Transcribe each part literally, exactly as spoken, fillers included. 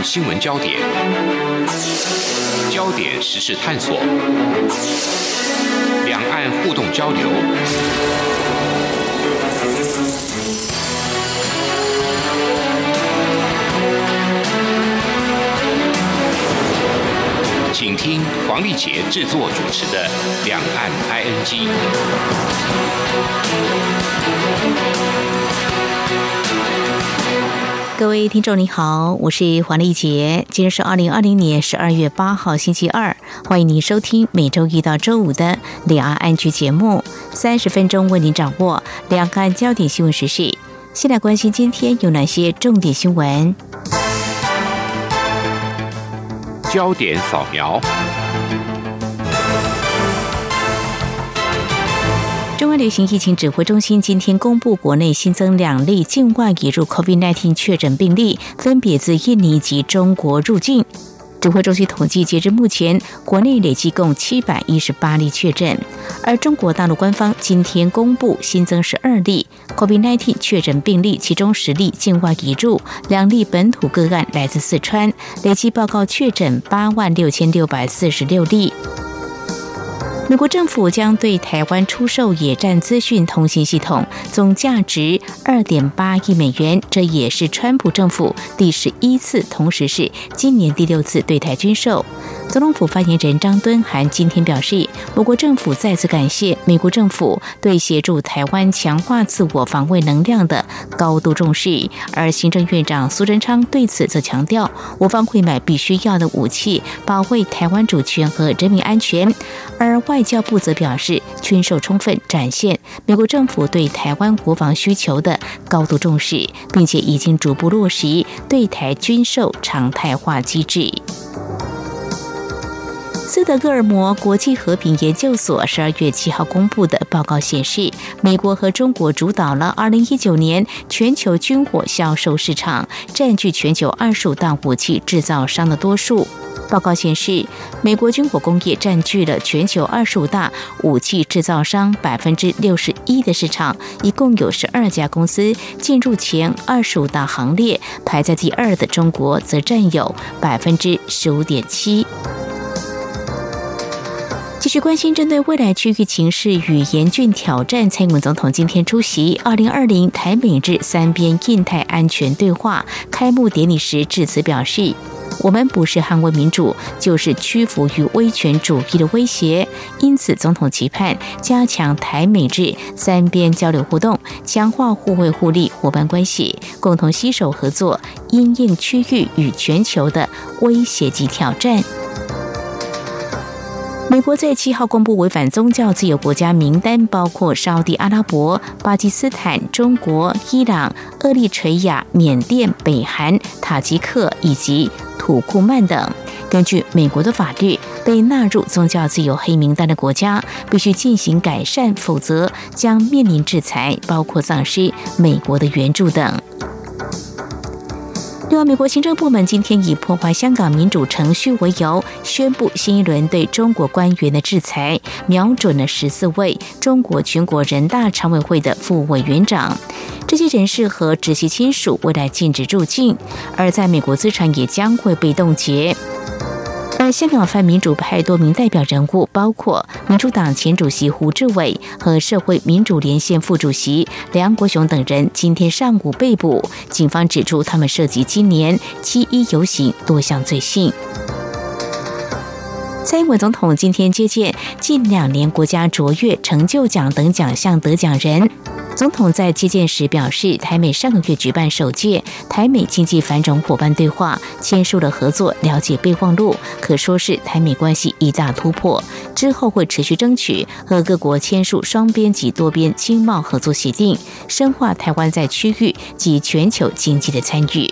新闻焦点，焦点时事探索，两岸互动交流，请听黄丽杰制作主持的《两岸 I N G》。 各位听众你好，我是黄丽杰，今天是二零二零年十二月八号星期二，欢迎您收听每周一到周五的两岸 I N G 节目，三十分钟为您掌握两岸焦点新闻时事。先来关心今天有哪些重点新闻。 焦点扫描。 中央流行疫情指挥中心今天公布，国内新增两例境外移入 COVID 十九 确诊病例，分别自印尼及中国入境。指挥中心统计，截至目前，国内累计共七百一十八例确诊，而中国大陆官方今天公布新增十二例 COVID 十九 确诊病例，其中十例境外移入，两例本土个案来自四川，累计报告确诊八万六千六百四十六例。美国政府将对台湾出售野战资讯通信系统，总价值 二点八亿美元，这也是川普政府第十一次，同时是今年第六次对台军售。总统府发言人张敦涵今天表示，我国政府再次感谢美国政府对协助台湾强化自我防卫能量的高度重视，而行政院长苏贞昌对此则强调，我方会买必须要的武器，保卫台湾主权和人民安全。而外交部则表示，军售充分展现美国政府对台湾国防需求的高度重视，并且已经逐步落实对台军售常态化机制。斯德哥尔摩国际和平研究所十二月七号公布的报告显示，美国和中国主导了二零一九年全球军火销售市场，占据全球二十五大武器制造商的多数。报告显示，美国军火工业占据了全球二十五大武器制造商百分之六十一的市场，一共有十二家公司进入前二十五大行列，排在第二的中国则占有百分之十五点七。继续关心针对未来区域情势与严峻挑战，蔡英文总统今天出席二零二零台美日三边印太安全对话开幕典礼时致辞表示，我们不是捍卫民主，就是屈服于威权主义的威胁。因此，总统期盼加强台美日三边交流互动，强化互惠互利伙伴关系，共同携手合作，因应区域与全球的威胁及挑战。美国在七号公布违反宗教自由国家名单，包括沙地阿拉伯、巴基斯坦、中国、伊朗、厄立垂亚、缅甸、北韩、塔吉克以及土库曼等。根据美国的法律，被纳入宗教自由黑名单的国家必须进行改善，否则将面临制裁，包括丧失美国的援助等。另外，美国行政部门今天以破坏香港民主程序为由，宣布新一轮对中国官员的制裁，瞄准了十四位中国全国人大常委会的副委员长。这些人士和直系亲属未来禁止入境，而在美国资产也将会被冻结。而香港泛民主派多名代表人物，包括民主党前主席胡志伟和社会民主连线副主席梁国雄等人，今天上午被捕。警方指出，他们涉及今年七一游行多项罪行。蔡英文总统今天接见近两年国家卓越成就奖等奖项得奖人。总统在接见时表示，台美上个月举办首届台美经济繁荣伙伴对话，签署了合作了解备忘录，可说是台美关系一大突破。之后会持续争取和各国签署双边及多边经贸合作协定，深化台湾在区域及全球经济的参与。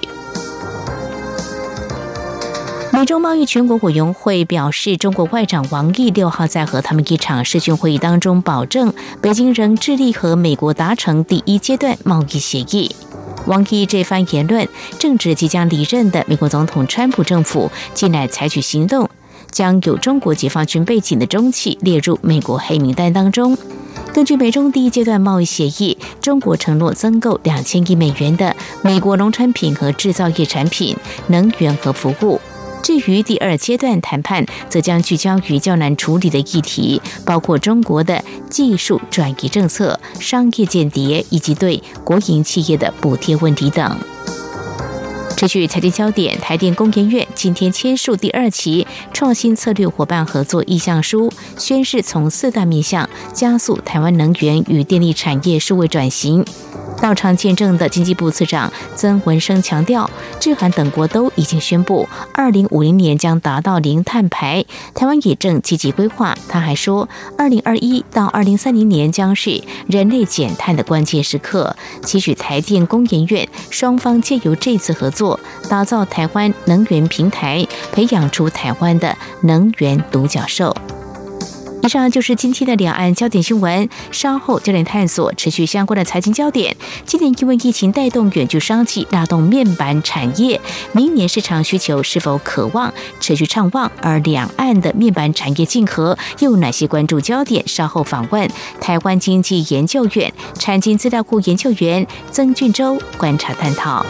美中贸易全国委员会表示，中国外长王毅六号在和他们一场视讯会议当中保证，北京仍致力和美国达成第一阶段贸易协议。王毅这番言论正值即将离任的美国总统川普政府近来采取行动，将有中国解放军背景的中企列入美国黑名单当中。 根据美中第一阶段贸易协议，中国承诺增购两千亿美元的美国农产品和制造业产品、能源和服务。至于第二阶段谈判，则将聚焦于较难处理的议题，包括中国的技术转移政策、商业间谍以及对国营企业的补贴问题等。持续财经焦点，台电工研院今天签署第二期创新策略伙伴合作意向书，宣示从四大面向加速台湾能源与电力产业数位转型。到场见证的经济部次长曾文生强调，日韩等国都已经宣布二零五零年将达到零碳排，台湾也正积极规划。他还说，二零二一到二零三零年将是人类减碳的关键时刻，期许台电工研院双方借由这次合作，打造台湾能源平台，培养出台湾的能源独角兽。以上就是今天的两岸焦点新闻，稍后焦点探索持续相关的财经焦点。今年因为疫情带动远距商机，拉动面板产业，明年市场需求是否可望持续畅旺？而两岸的面板产业竞合又有哪些关注焦点？稍后访问台湾经济研究院产经资料库研究员曾俊洲观察探讨。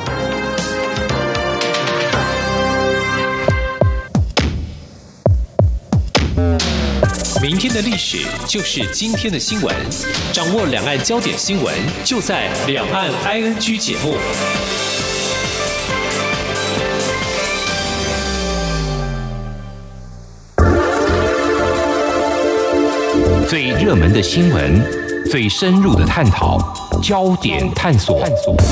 明天的历史就是今天的新闻，掌握两岸焦点新闻，就在《两岸 I N G》节目。 最热门的新闻，最深入的探讨，焦点探索。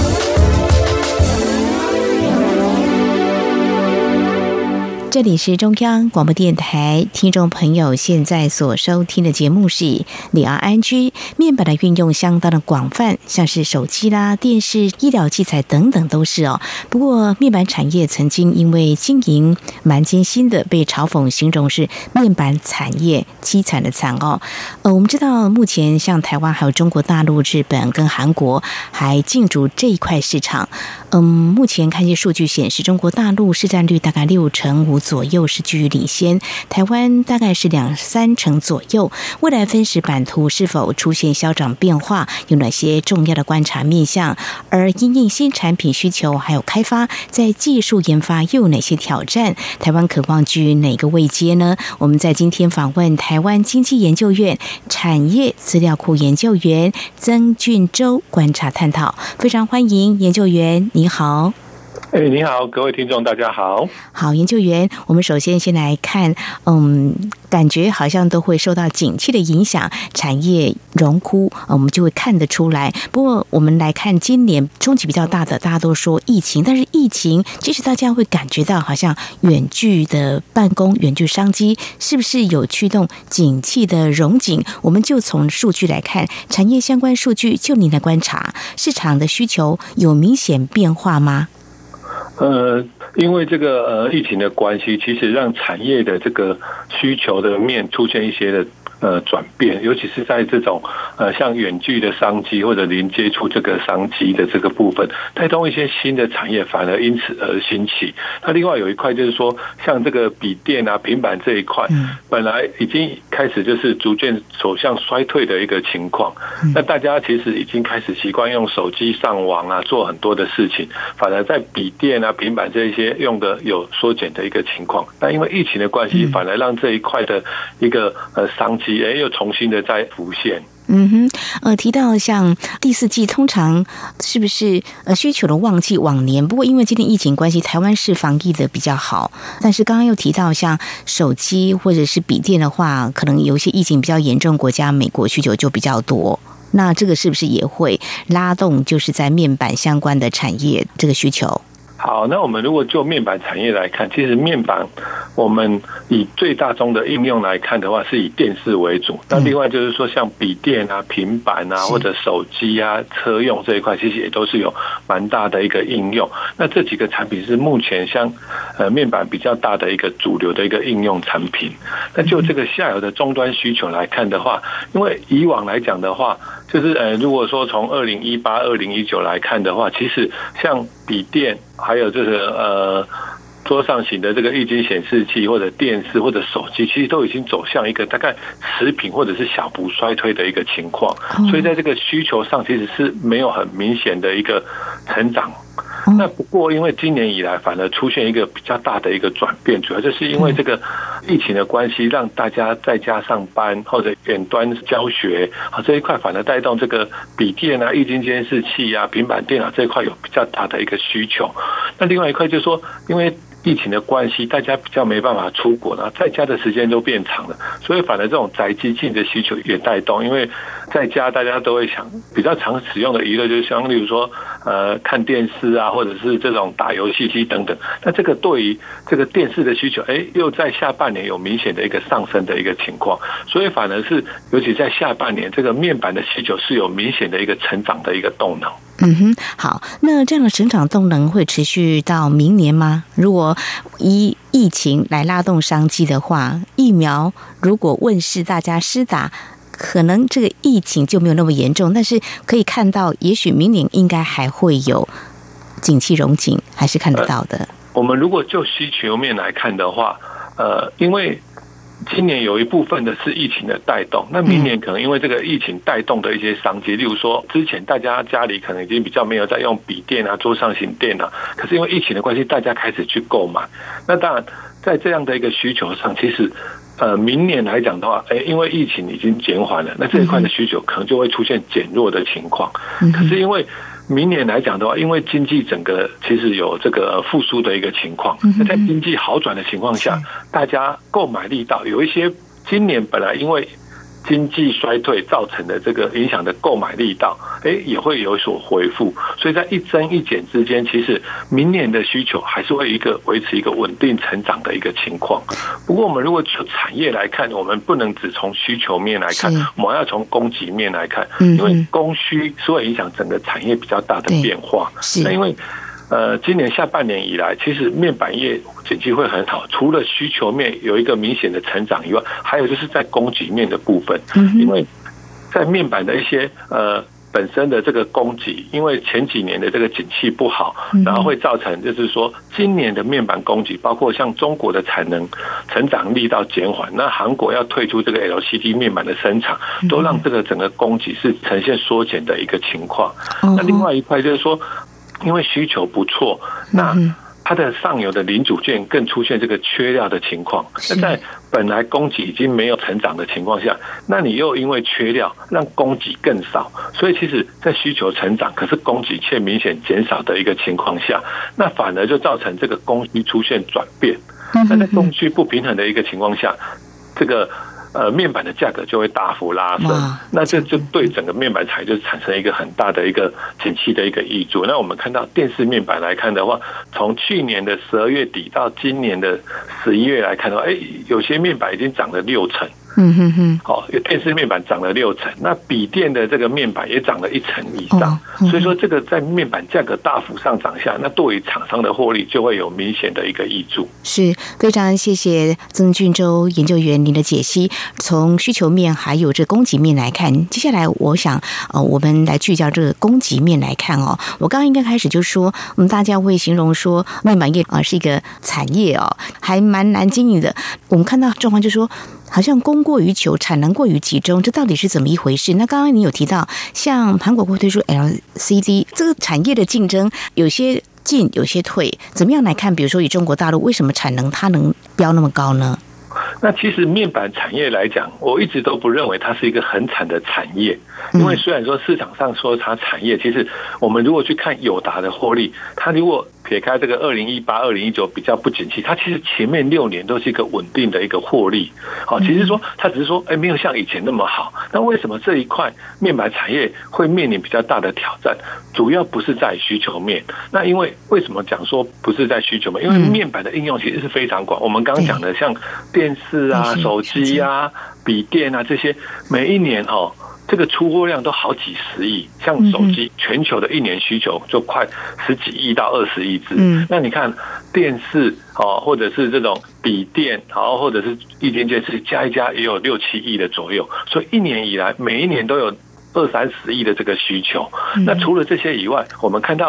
这里是中央广播电台，听众朋友现在所收听的节目是两岸 I N G。 面板的运用相当的广泛，像是手机啦、电视、医疗器材等等都是哦。不过面板产业曾经因为经营蛮艰辛的，被嘲讽形容是面板产业凄惨的惨哦。呃，我们知道目前像台湾还有中国大陆、日本跟韩国还进驻这一块市场。嗯，目前看一些数据显示，中国大陆市占率大概六成五左右是居于领先，台湾大概是两三成左右。未来分时版图是否出现消长变化，有哪些重要的观察面向？而因应新产品需求还有开发，在技术研发又有哪些挑战？台湾渴望居于哪个位阶呢？我们在今天访问台湾经济研究院产业资料库研究员曾俊洲观察探讨，非常欢迎研究员。你好。 哎，你好，各位听众，大家好。 好，研究员，我们首先先来看，嗯，感觉好像都会受到景气的影响，产业荣枯，我们就会看得出来。不过，我们来看今年冲击比较大的，大家都说疫情，但是疫情其实大家会感觉到，好像远距的办公、远距商机，是不是有驱动景气的荣景？我们就从数据来看，产业相关数据，就您的观察，市场的需求有明显变化吗？ 呃，因为这个呃疫情的关系，其实让产业的这个需求的面出现一些的呃转变，尤其是在这种呃像远距的商机或者零接触这个商机的这个部分，带动一些新的产业反而因此而兴起。那另外有一块就是说，像这个笔电啊、平板这一块，本来已经开始就是逐渐走向衰退的一个情况。那大家其实已经开始习惯用手机上网啊，做很多的事情，反而在笔电啊、平板这一些用的有缩减的一个情况。那因为疫情的关系，反而让这一块的一个呃商机，哎，又重新的在浮现。 嗯哼，呃，提到像第四季，通常是不是呃需求的旺季往年？不过因为今天疫情关系，台湾是防疫的比较好，但是刚刚又提到像手机或者是笔电的话，可能有一些疫情比较严重国家，美国需求就比较多。那这个是不是也会拉动就是在面板相关的产业这个需求？ 好，那我们如果就面板产业来看，其实面板我们以最大宗的应用来看的话，是以电视为主。那另外就是说，像笔电啊、平板啊，或者手机啊、车用这一块，其实也都是有蛮大的一个应用。那这几个产品是目前像呃面板比较大的一个主流的一个应用产品。那就这个下游的终端需求来看的话，因为以往来讲的话，就是呃如果说从二零一八、二零一九来看的话，其实像笔电还有就是呃桌上型的这个液晶显示器或者电视或者手机，其实都已经走向一个大概持平或者是小幅衰退的一个情况，所以在这个需求上其实是没有很明显的一个成长。那不过因为今年以来反而出现一个比较大的一个转变，主要就是因为这个疫情的关系，让大家在家上班或者远端教学啊这一块反而带动这个笔电啊、液晶监视器啊、平板电脑这一块有比较大的一个需求。那另外一块就是说，因为疫情的关系，大家比较没办法出国，然后在家的时间都变长了，所以反而这种宅基境的需求也带动。因为在家大家都会想比较常使用的娱乐，就是像例如说呃看电视啊，或者是这种打游戏机等等。那这个对于这个电视的需求，哎，又在下半年有明显的一个上升的一个情况，所以反而是尤其在下半年，这个面板的需求是有明显的一个成长的一个动能。 嗯哼，好，那这样的成长动能会持续到明年吗？如果以疫情来拉动商机的话，疫苗如果问世，大家施打，可能这个疫情就没有那么严重，但是可以看到，也许明年应该还会有景气荣景，还是看得到的。 呃、我们如果就需求面来看的话，呃，因为今年有一部分的是疫情的带动，那明年可能因为这个疫情带动的一些商机，例如说之前大家家里可能已经比较没有在用笔电啊、桌上型电脑，可是因为疫情的关系，大家开始去购买。那当然，在这样的一个需求上，其实呃，明年来讲的话，哎，因为疫情已经减缓了，那这一块的需求可能就会出现减弱的情况。可是因为明年来讲的话，因为经济整个其实有这个复苏的一个情况，那在经济好转的情况下，大家购买力道有一些，今年本来因为经济衰退造成的这个影响的购买力道，哎，也会有所恢复。所以在一增一减之间，其实明年的需求还是会一个维持一个稳定成长的一个情况。不过我们如果就产业来看，我们不能只从需求面来看，我们要从供给面来看，因为供需是会影响整个产业比较大的变化。那因为呃，今年下半年以来，其实面板业景气会很好，除了需求面有一个明显的成长以外，还有就是在供给面的部分，因为在面板的一些呃本身的这个供给，因为前几年的这个景气不好，然后会造成就是说今年的面板供给，包括像中国的产能成长力道减缓，那韩国要退出这个 L C D 面板的生产，都让这个整个供给是呈现缩减的一个情况。那另外一块就是说，因为需求不错，那它的上游的零组件更出现这个缺料的情况。那在本来供给已经没有成长的情况下，那你又因为缺料让供给更少，所以其实在需求成长，可是供给却明显减少的一个情况下，那反而就造成这个供需出现转变。那在供需不平衡的一个情况下，这个呃，面板的价格就会大幅拉升，那这就对整个面板产业就产生一个很大的一个景气的一个挹注。那我们看到电视面板来看的话，从去年的十二月底到今年的十一月来看的话，哎，有些面板已经涨了六成。嗯哼哼，好、哦，电视面板涨了六成，那笔电的这个面板也涨了一成以上，哦嗯、所以说这个在面板价格大幅上涨下，那对于厂商的获利就会有明显的一个挹注。 是非常谢谢曾俊洲研究员您的解析，从需求面还有这供给面来看，接下来我想呃我们来聚焦这个供给面来看哦。我刚刚应该开始就说，我们大家会形容说面板业啊、呃、是一个产业哦，还蛮难经营的。我们看到状况就说，好像供过于求，产能过于集中，这到底是怎么一回事？那刚刚你有提到，像韩国会推出 L C D， 这个产业的竞争有些进，有些退，怎么样来看？比如说以中国大陆，为什么产能它能飙那么高呢？ 那其实面板产业来讲，我一直都不认为它是一个很惨的产业，因为虽然说市场上说它产业，其实我们如果去看友达的获利，它如果撇开这个二零一八、二零一九比较不景气，它其实前面六年都是一个稳定的一个获利。好，其实说它只是说，哎，没有像以前那么好。那为什么这一块面板产业会面临比较大的挑战？主要不是在需求面。那因为为什么讲说不是在需求面？因为面板的应用其实是非常广。我们刚刚讲的像电视啊、手机啊、笔电啊这些，每一年哦。这个出货量都好几十亿，像手机全球的一年需求就快十几亿到二十亿只。嗯，那你看电视哦，或者是这种笔电，然后或者是液晶监视加一加也有六七亿的左右，所以一年以来每一年都有二三十亿的这个需求。那除了这些以外，我们看到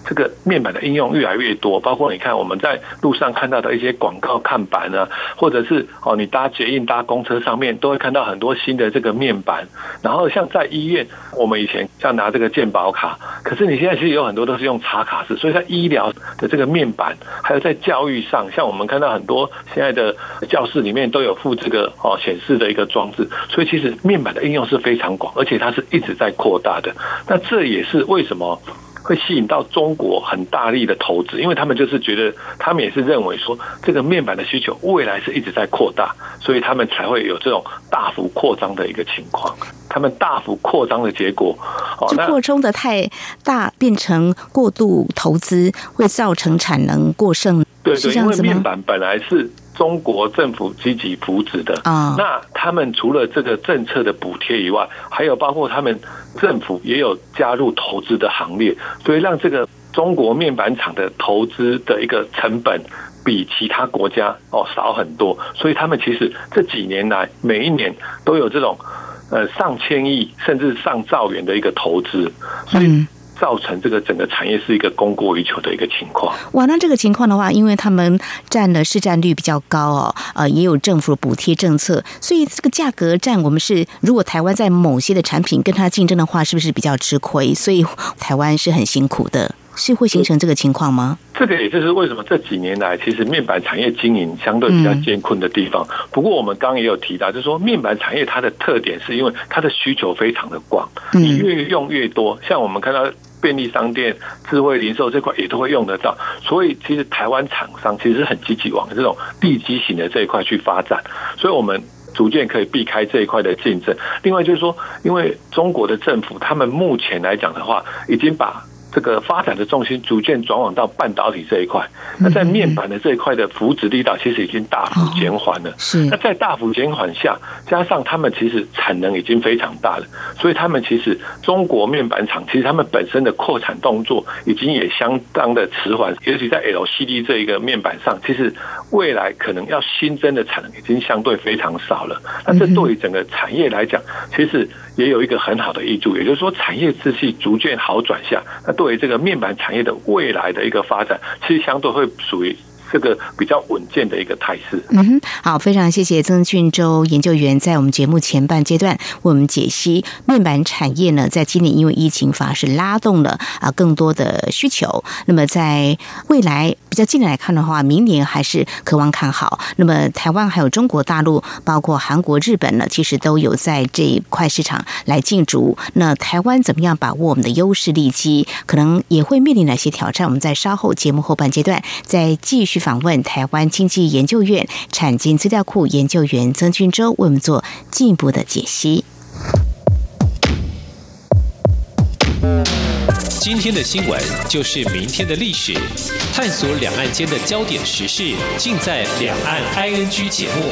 这个面板的应用越来越多，包括你看我们在路上看到的一些广告看板啊，或者是哦你搭捷运搭公车上面都会看到很多新的这个面板。然后像在医院，我们以前像拿这个健保卡，可是你现在其实有很多都是用插卡式，所以在医疗的这个面板，还有在教育上，像我们看到很多现在的教室里面都有附这个哦显示的一个装置，所以其实面板的应用是非常广，而且它是一直在扩大的。那这也是为什么会吸引到中国很大力的投资，因为他们就是觉得，他们也是认为说，这个面板的需求未来是一直在扩大，所以他们才会有这种大幅扩张的一个情况。他们大幅扩张的结果， 哦，就扩充的太大，变成过度投资，会造成产能过剩。 对对，因为面板本来是中国政府积极扶植的啊，那他们除了这个政策的补贴以外，还有包括他们政府也有加入投资的行列，所以让这个中国面板厂的投资的一个成本比其他国家哦少很多，所以他们其实这几年来每一年都有这种呃上千亿甚至上兆元的一个投资，所以造成这个整个产业是一个供过于求的一个情况。 哇，那这个情况的话，因为他们占的市占率比较高哦，呃，也有政府补贴政策，所以这个价格战，我们是如果台湾在某些的产品跟它竞争的话，是不是比较吃亏？所以台湾是很辛苦的，是会形成这个情况吗？ 这个也就是为什么这几年来，其实面板产业经营相对比较艰困的地方。嗯、不过我们刚刚也有提到，就是说面板产业它的特点是因为它的需求非常的广，你越用越多，像我们看到便利商店、智慧零售这块也都会用得到，所以其实台湾厂商其实很积极往这种地基型的这一块去发展，所以我们逐渐可以避开这一块的竞争。另外就是说，因为中国的政府他们目前来讲的话，已经把这个发展的重心逐渐转往到半导体这一块，那在面板的这一块的扶植力道其实已经大幅减缓了。是，那在大幅减缓下，加上他们其实产能已经非常大了，所以他们其实中国面板厂其实他们本身的扩产动作已经也相当的迟缓，尤其在 L C D 这一个面板上，其实未来可能要新增的产能已经相对非常少了。那这对于整个产业来讲，其实也有一个很好的益处，也就是说产业秩序逐渐好转下，那对于这个面板产业的未来的一个发展，其实相对会属于这个比较稳健的一个态势。 嗯哼，好，非常谢谢曾俊洲研究员在我们节目前半阶段为我们解析面板产业呢，在今年因为疫情反而是拉动了啊更多的需求。那么在未来比较近来看的话，明年还是可望看好。那么台湾还有中国大陆，包括韩国、日本呢，其实都有在这一块市场来进驻。那台湾怎么样把握我们的优势利基，可能也会面临哪些挑战？我们在稍后节目后半阶段再继续访问台湾经济研究院产经资料库研究员曾俊洲，为我们做进一步的解析。 今天的新闻就是明天的历史，探索两岸间的焦点时事，尽在《两岸 I N G》节目。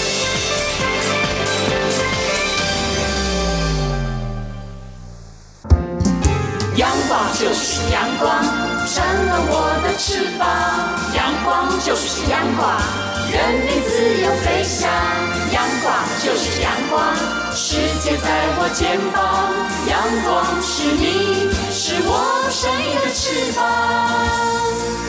阳光就是阳光，成了我的翅膀。阳光就是阳光，任你自由飞翔。阳光就是阳光，世界在我肩膀。阳光是你，是我生命的翅膀。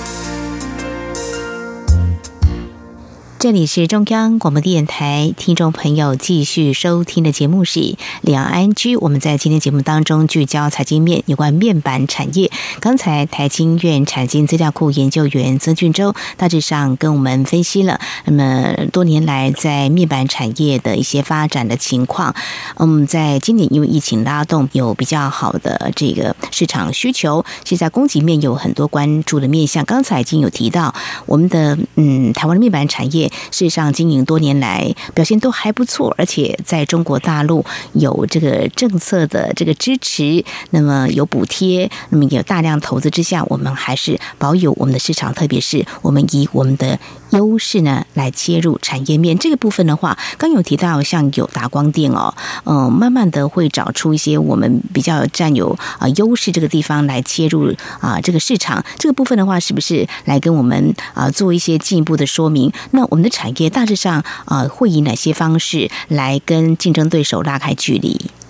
这里是中央广播电台，听众朋友继续收听的节目是两岸居。我们在今天节目当中聚焦财经面有关面板产业。刚才台经院产经资料库研究员曾俊洲大致上跟我们分析了那么多年来在面板产业的一些发展的情况。嗯，在今年因为疫情拉动，有比较好的这个市场需求，其实在供给面有很多关注的面向。刚才已经有提到我们的嗯台湾的面板产业事实上经营多年来表现都还不错，而且在中国大陆有这个政策的这个支持，那么有补贴，那么有大量投资之下，我们还是保有我们的市场，特别是我们以我们的优势呢来切入产业面。这个部分的话，刚有提到像友达光电哦，嗯、呃，慢慢的会找出一些我们比较占有啊优势这个地方来切入啊、呃、这个市场。这个部分的话，是不是来跟我们啊、呃、做一些进一步的说明？那我们的产业大致上啊、呃、会以哪些方式来跟竞争对手拉开距离？ 好，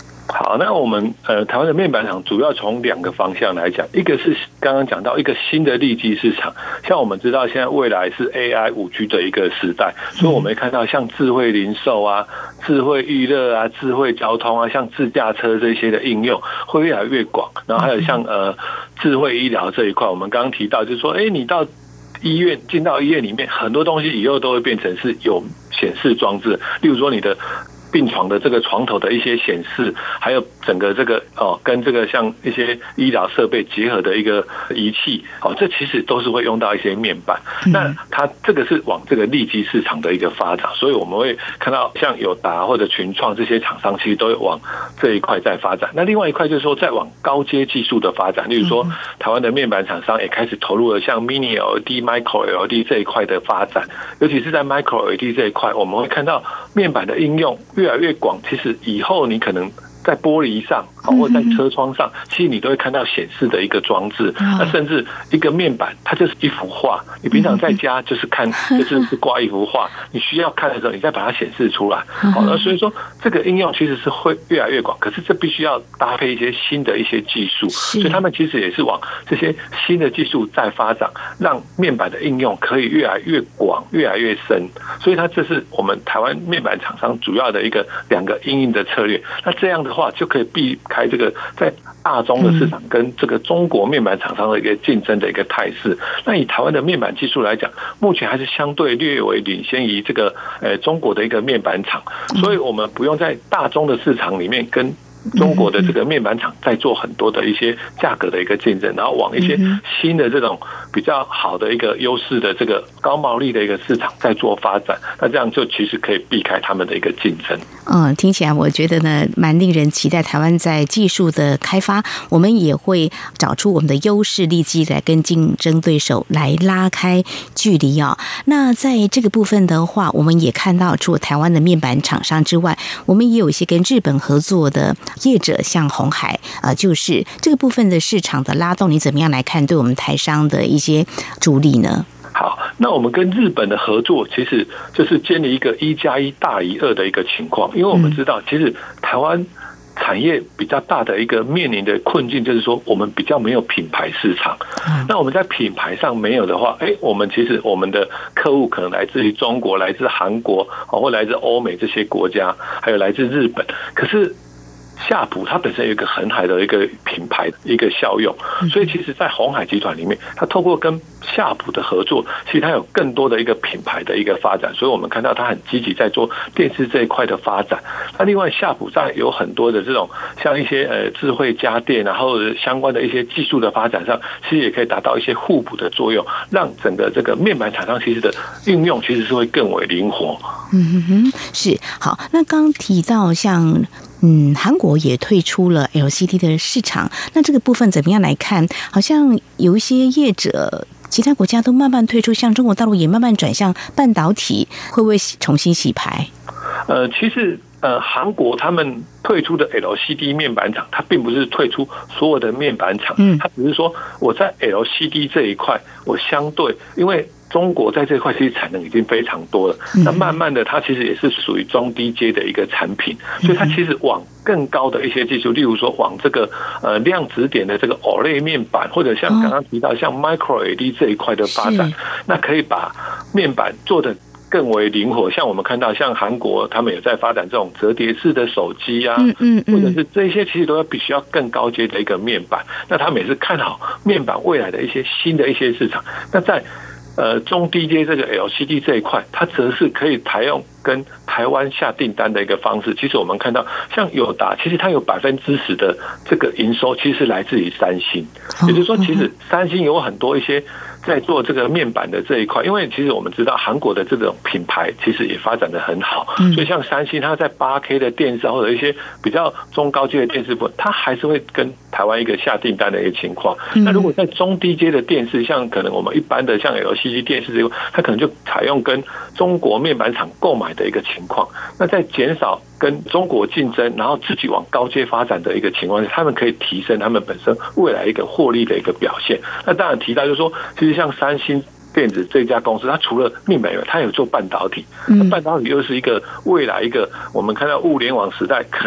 好，那我们呃台湾的面板厂主要从两个方向来讲，一个是刚刚讲到一个新的利基市场，像我们知道现在未来是 A I 五 G 的一个时代，所以我们会看到像智慧零售啊、智慧娱乐啊、智慧交通啊，像自驾车这些的应用会越来越广，然后还有像呃智慧医疗这一块，我们刚刚提到就是说，哎，你到医院进到医院里面，很多东西以后都会变成是有显示装置，例如说你的病床的这个床头的一些显示，还有整个这个哦跟这个像一些医疗设备结合的一个仪器，哦，这其实都是会用到一些面板。那它这个是往这个利基市场的一个发展，所以我们会看到像友达或者群创这些厂商，其实都会往这一块在发展。那另外一块就是说，在往高阶技术的发展，例如说台湾的面板厂商也开始投入了像 Mini L E D、Micro L E D 这一块的发展，尤其是在 Micro L E D 这一块，我们会看到面板的应用越来越广，其实以后你可能在玻璃上或者在车窗上，其实你都会看到显示的一个装置。那甚至一个面板，它就是一幅画。你平常在家就是看，就是挂一幅画，你需要看的时候，你再把它显示出来。好，那所以说这个应用其实是会越来越广，可是这必须要搭配一些新的一些技术，所以他们其实也是往这些新的技术在发展，让面板的应用可以越来越广、越来越深。所以它这是我们台湾面板厂商主要的一个两个因应的策略。那这样的话就可以避开这个在大中的市场跟这个中国面板厂商的一个竞争的一个态势。那以台湾的面板技术来讲，目前还是相对略为领先于这个呃中国的一个面板厂，所以我们不用在大中的市场里面跟中国的这个面板厂在做很多的一些价格的一个竞争，然后往一些新的这种比较好的一个优势的这个高毛利的一个市场在做发展，那这样就其实可以避开他们的一个竞争。 嗯，听起来我觉得呢，蛮令人期待。台湾在技术的开发，我们也会找出我们的优势利基来跟竞争对手来拉开距离啊。那在这个部分的话，我们也看到，除了台湾的面板厂商之外，我们也有一些跟日本合作的业者，像鸿海，呃，就是这个部分的市场的拉动，你怎么样来看对我们台商的一些助力呢？ 好，那我们跟日本的合作其实就是建立一个一加一大于二的一个情况，因为我们知道，其实台湾产业比较大的一个面临的困境就是说，我们比较没有品牌市场。那我们在品牌上没有的话，哎，我们其实我们的客户可能来自于中国、来自韩国，或来自欧美这些国家，还有来自日本，可是夏普它本身有一个很好的一个品牌一个效用，所以其实在鸿海集团里面，它透过跟夏普的合作，其实它有更多的一个品牌的一个发展，所以我们看到它很积极在做电视这一块的发展。那另外夏普上有很多的这种像一些呃智慧家电，然后相关的一些技术的发展上，其实也可以达到一些互补的作用，让整个这个面板厂商其实的运用其实是会更为灵活。 嗯哼，是。好，那刚提到像嗯，韩国也退出了 L C D 的市场，那这个部分怎么样来看？好像有一些业者，其他国家都慢慢退出，像中国大陆也慢慢转向半导体，会不会重新洗牌？ 呃，其实呃，韩国他们退出的 L C D 面板厂，它并不是退出所有的面板厂，嗯，它只是说我在 L C D 这一块，我相对因为中国在这块其实产能已经非常多了，那慢慢的它其实也是属于中低阶的一个产品，所以它其实往更高的一些技术，例如说往这个呃量子点的这个 O L E D 面板，或者像刚刚提到像 Micro L E D 这一块的发展，那可以把面板做的更为灵活。像我们看到像韩国他们也在发展这种折叠式的手机啊，嗯嗯嗯，或者是这些其实都要必须要更高阶的一个面板，那他们也是看好面板未来的一些新的一些市场。那在呃，中低阶这个 L C D 这一块，它则是可以采用跟台湾下订单的一个方式。其实我们看到，像友达，其实它有百分之十的这个营收，其实是来自于三星。也就是说，其实三星有很多一些在做这个面板的这一块，因为其实我们知道韩国的这种品牌其实也发展得很好，所以像三星，它在 八 K 的电视或者一些比较中高阶的电视部分，它还是会跟台湾一个下订单的一个情况。那如果在中低阶的电视，像可能我们一般的像 L C D 电视这块，它可能就采用跟中国面板厂购买的一个情况。那在减少跟中国竞争，然后自己往高阶发展的一个情况下，他们可以提升他们本身未来一个获利的一个表现。那当然提到就是说，其实像三星电子这家公司，它除了面板以外，它有做半导体。那半导体又是一个未来一个我们看到物联网时代可能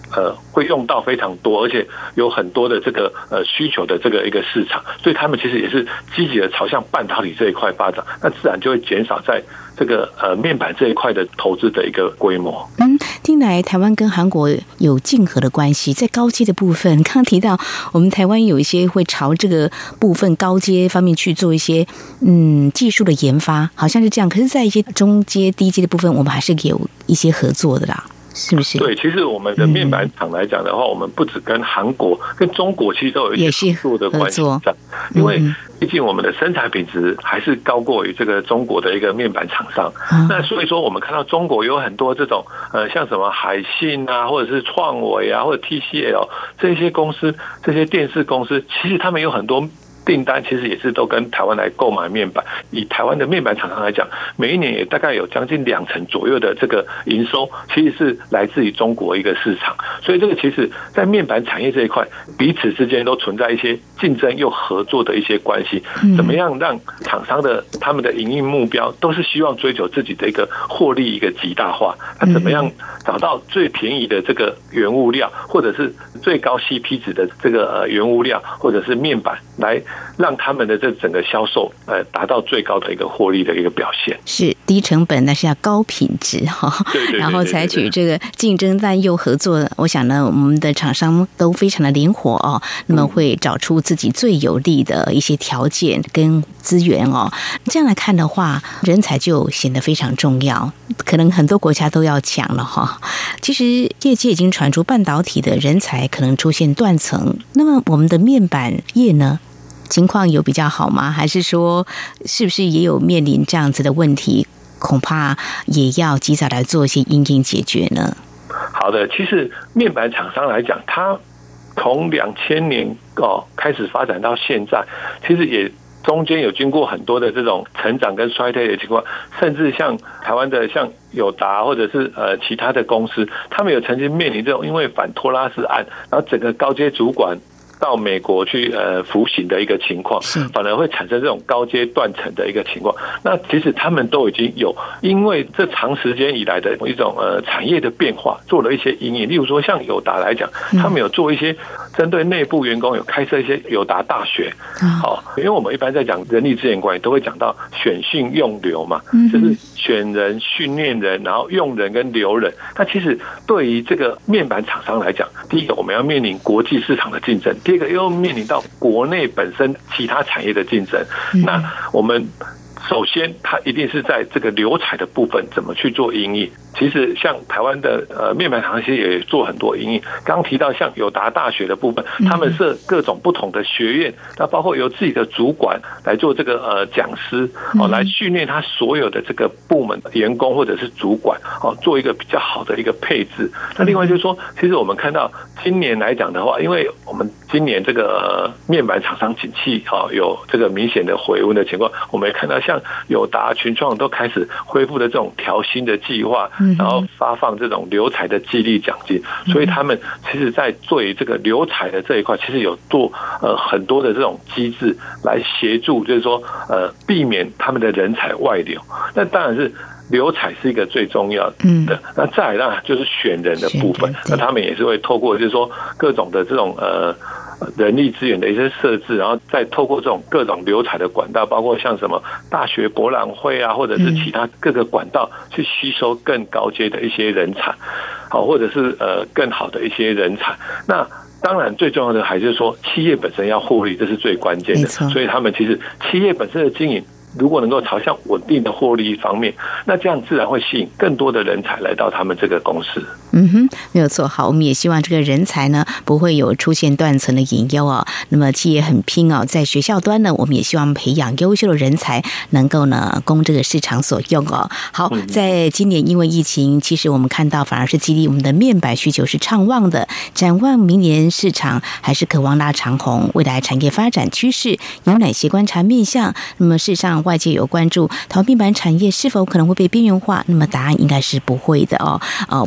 呃会用到非常多，而且有很多的这个呃需求的这个一个市场，所以他们其实也是积极的朝向半导体这一块发展，那自然就会减少在这个呃面板这一块的投资的一个规模。 嗯，听来台湾跟韩国有竞合的关系，在高阶的部分，刚刚提到我们台湾有一些会朝这个部分高阶方面去做一些嗯技术的研发，好像是这样。可是，在一些中阶、低阶的部分，我们还是有一些合作的啦。是不是？ 对，其实我们的面板厂来讲的话，嗯、我们不只跟韩国、跟中国其实都有一些合作的关系在，因为毕竟我们的生产品质还是高过于这个中国的一个面板厂商。嗯、那所以说，我们看到中国有很多这种呃，像什么海信啊，或者是创惟啊，或者 T C L 这些公司，这些电视公司，其实他们有很多订单其实也是都跟台湾来购买面板，以台湾的面板厂商来讲，每一年也大概有将近两成左右的这个营收，其实是来自于中国一个市场。所以这个其实在面板产业这一块，彼此之间都存在一些竞争又合作的一些关系。怎么样让厂商的他们的营运目标都是希望追求自己的一个获利一个极大化？那怎么样找到最便宜的这个原物料，或者是最高 C P 值的这个呃原物料，或者是面板来让他们的这整个销售呃达到最高的一个获利的一个表现， 是低成本，但是要高品质哈。然后采取这个竞争但又合作，我想呢，我们的厂商都非常的灵活哦，那么会找出自己最有利的一些条件跟资源哦。这样来看的话，人才就显得非常重要，可能很多国家都要抢了哈。其实业界已经传出半导体的人才可能出现断层，那么我们的面板业呢？情况有比较好吗？还是说，是不是也有面临这样子的问题？恐怕也要及早来做一些因应解决呢。 好的，其实面板厂商来讲，它从两千年哦开始发展到现在，其实也中间有经过很多的这种成长跟衰退的情况，甚至像台湾的像友达或者是呃其他的公司，他们有曾经面临这种因为反托拉斯案，然后整个高阶主管到美国去呃服刑的一个情况，反而会产生这种高阶断层的一个情况。那其实他们都已经有因为这长时间以来的一种呃产业的变化，做了一些因应。例如说像友达来讲，他们有做一些针对内部员工有开设一些友达大学。好，因为我们一般在讲人力资源管理都会讲到选训用留嘛，就是选人、训练人，然后用人跟留人。那其实对于这个面板厂商来讲，第一个我们要面临国际市场的竞争。第二个又面临到国内本身其他产业的竞争，那我们首先它一定是在这个留才的部分怎么去做因应。其实像台湾的呃面板厂商其实也做很多因应，刚提到像友达大学的部分，他们设各种不同的学院，那包括由自己的主管来做这个呃讲师哦，来训练他所有的这个部门的员工或者是主管哦，做一个比较好的一个配置。那另外就是说，其实我们看到今年来讲的话，因为我们今年这个面板厂商景气哦有这个明显的回温的情况，我们也看到像友达、群创都开始恢复的这种调薪的计划，然后发放这种留才的激励奖金，所以他们其实在对于这个留才的这一块，其实有做呃很多的这种机制来协助，就是说呃避免他们的人才外流。那当然是留才是一个最重要的，嗯，那再来呢就是选人的部分，那他们也是会透过就是说各种的这种呃。人力资源的一些设置，然后再透过这种各种留才的管道，包括像什么大学博览会啊，或者是其他各个管道去吸收更高阶的一些人才，好，或者是呃更好的一些人才。那当然最重要的还是说企业本身要获利，这是最关键的。所以他们其实企业本身的经营如果能够朝向稳定的获利方面，那这样自然会吸引更多的人才来到他们这个公司。 嗯哼，没有错。好，我们也希望这个人才呢不会有出现断层的隐忧哦。那么企业很拼哦，在学校端呢，我们也希望培养优秀的人才，能够呢供这个市场所用哦。好，在今年因为疫情，其实我们看到反而是激励我们的面板需求是畅旺的。展望明年市场还是可望拉长红，未来产业发展趋势有哪些观察面向？那么事实上外界有关注台湾面板产业是否可能会被边缘化，那么答案应该是不会的哦。呃，不用悲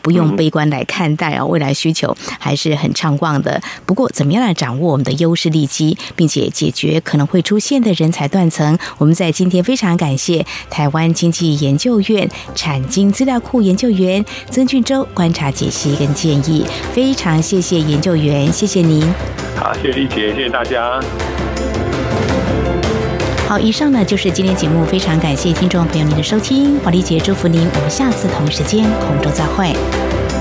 观来看待啊，未来需求还是很畅旺的。不过，怎么样来掌握我们的优势利基，并且解决可能会出现的人才断层？我们在今天非常感谢台湾经济研究院产经资料库研究员曾俊洲观察解析跟建议，非常谢谢研究员，谢谢您。 好，谢谢丽姐，谢谢大家。 好，以上呢就是今天节目，非常感谢听众朋友您的收听，黄丽姐祝福您，我们下次同一时间空中再会。